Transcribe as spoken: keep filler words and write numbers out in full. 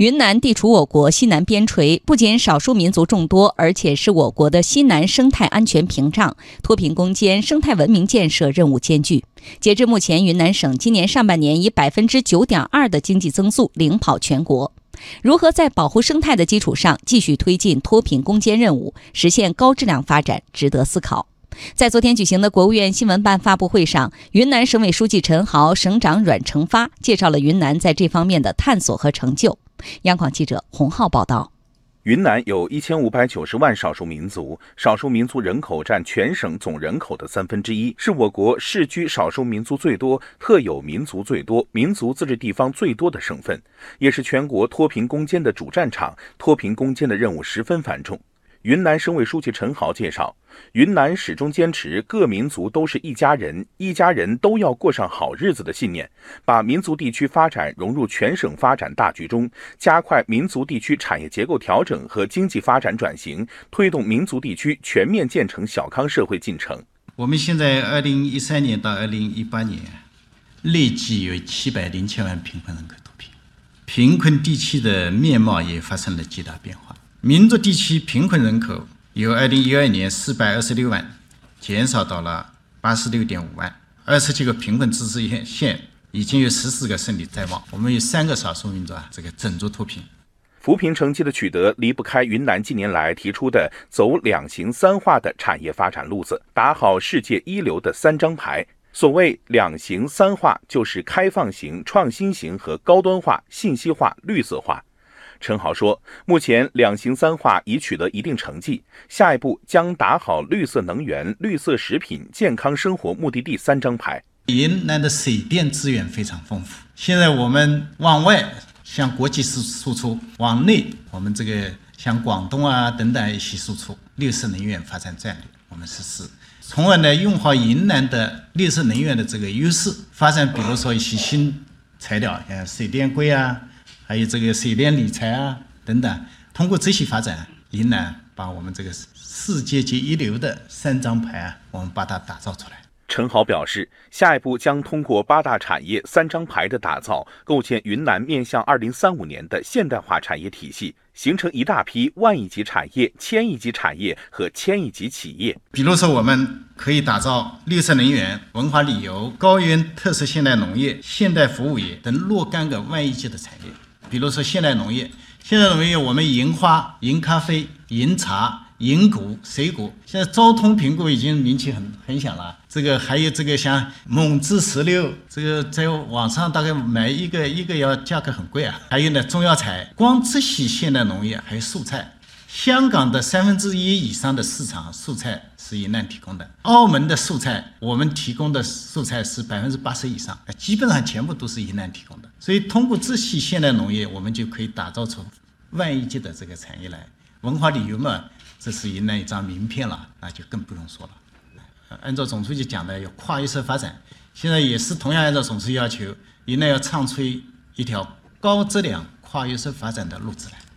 云南地处我国西南边陲，不仅少数民族众多，而且是我国的西南生态安全屏障，脱贫攻坚、生态文明建设任务艰巨。截至目前，云南省今年上半年以百分之九点二的经济增速领跑全国。如何在保护生态的基础上继续推进脱贫攻坚任务，实现高质量发展，值得思考。在昨天举行的国务院新闻办发布会上，云南省委书记陈豪、省长阮成发介绍了云南在这方面的探索和成就。央广记者洪浩报道。 云南有一千五百九十万少数民族，少数民族人口占全省总人口的三分之一，是我国世居少数民族最多、特有民族最多、民族自治地方最多的省份，也是全国脱贫攻坚的主战场。脱贫攻坚的任务十分繁重。云南省委书记陈豪介绍，云南始终坚持各民族都是一家人，一家人都要过上好日子的信念，把民族地区发展融入全省发展大局中，加快民族地区产业结构调整和经济发展转型，推动民族地区全面建成小康社会进程。 我们现在二零一三年到二零一八年，累计有七百零七万贫困人口脱贫，贫困地区的面貌也发生了极大变化。民族地区贫困人口由二零一二年四百二十六万减少到了八十六点五万，二十几个贫困自治县已经有十四个胜利在望。我们有三个少数民族啊，这个整族脱贫。 扶贫成绩的取得离不开云南近年来提出的走两型三化的产业发展路子，打好世界一流的三张牌。所谓两型三化，就是开放型、创新型和高端化、信息化、绿色化。陈豪说，目前两型三化已取得一定成绩，下一步将打好绿色能源、绿色食品、健康生活目的地三张牌。 云南的水电资源非常丰富，现在我们往外向国际输出，往内我们这个像广东啊等等一些输出绿色能源发展战略，我们实施，从而呢用好云南的绿色能源的这个优势，发展比如说一些新材料，像水电硅啊，还有这个水电理财啊等等，通过这些发展，云南把我们这个世界级一流的三张牌啊，我们把它打造出来。 陈豪表示，下一步将通过八大产业三张牌的打造，构建云南面向二零三五年的现代化产业体系，形成一大批万亿级产业、千亿级产业和千亿级企业。 比如说，我们可以打造绿色能源、文化旅游、高原特色现代农业、现代服务业等若干个万亿级的产业。比如说现代农业，现代农业我们银花、银咖啡、银茶、银谷、水果，现在昭通苹果已经名气很很响了。这个还有这个像蒙自石榴，这个在网上大概买一个一个要价格很贵啊。还有呢中药材，光这些现代农业还有蔬菜，香港的三分之一以上的市场蔬菜是云南提供的，澳门的蔬菜我们提供的蔬菜是百分之八十以上，基本上全部都是云南提供的。所以通过这些现代农业，我们就可以打造出万亿级的这个产业来。文化旅游嘛，这是云南一张名片了，那就更不用说了。按照总书记讲的，要跨越式发展，现在也是同样按照总书记要求，云南要唱出一条高质量跨越式发展的路子来。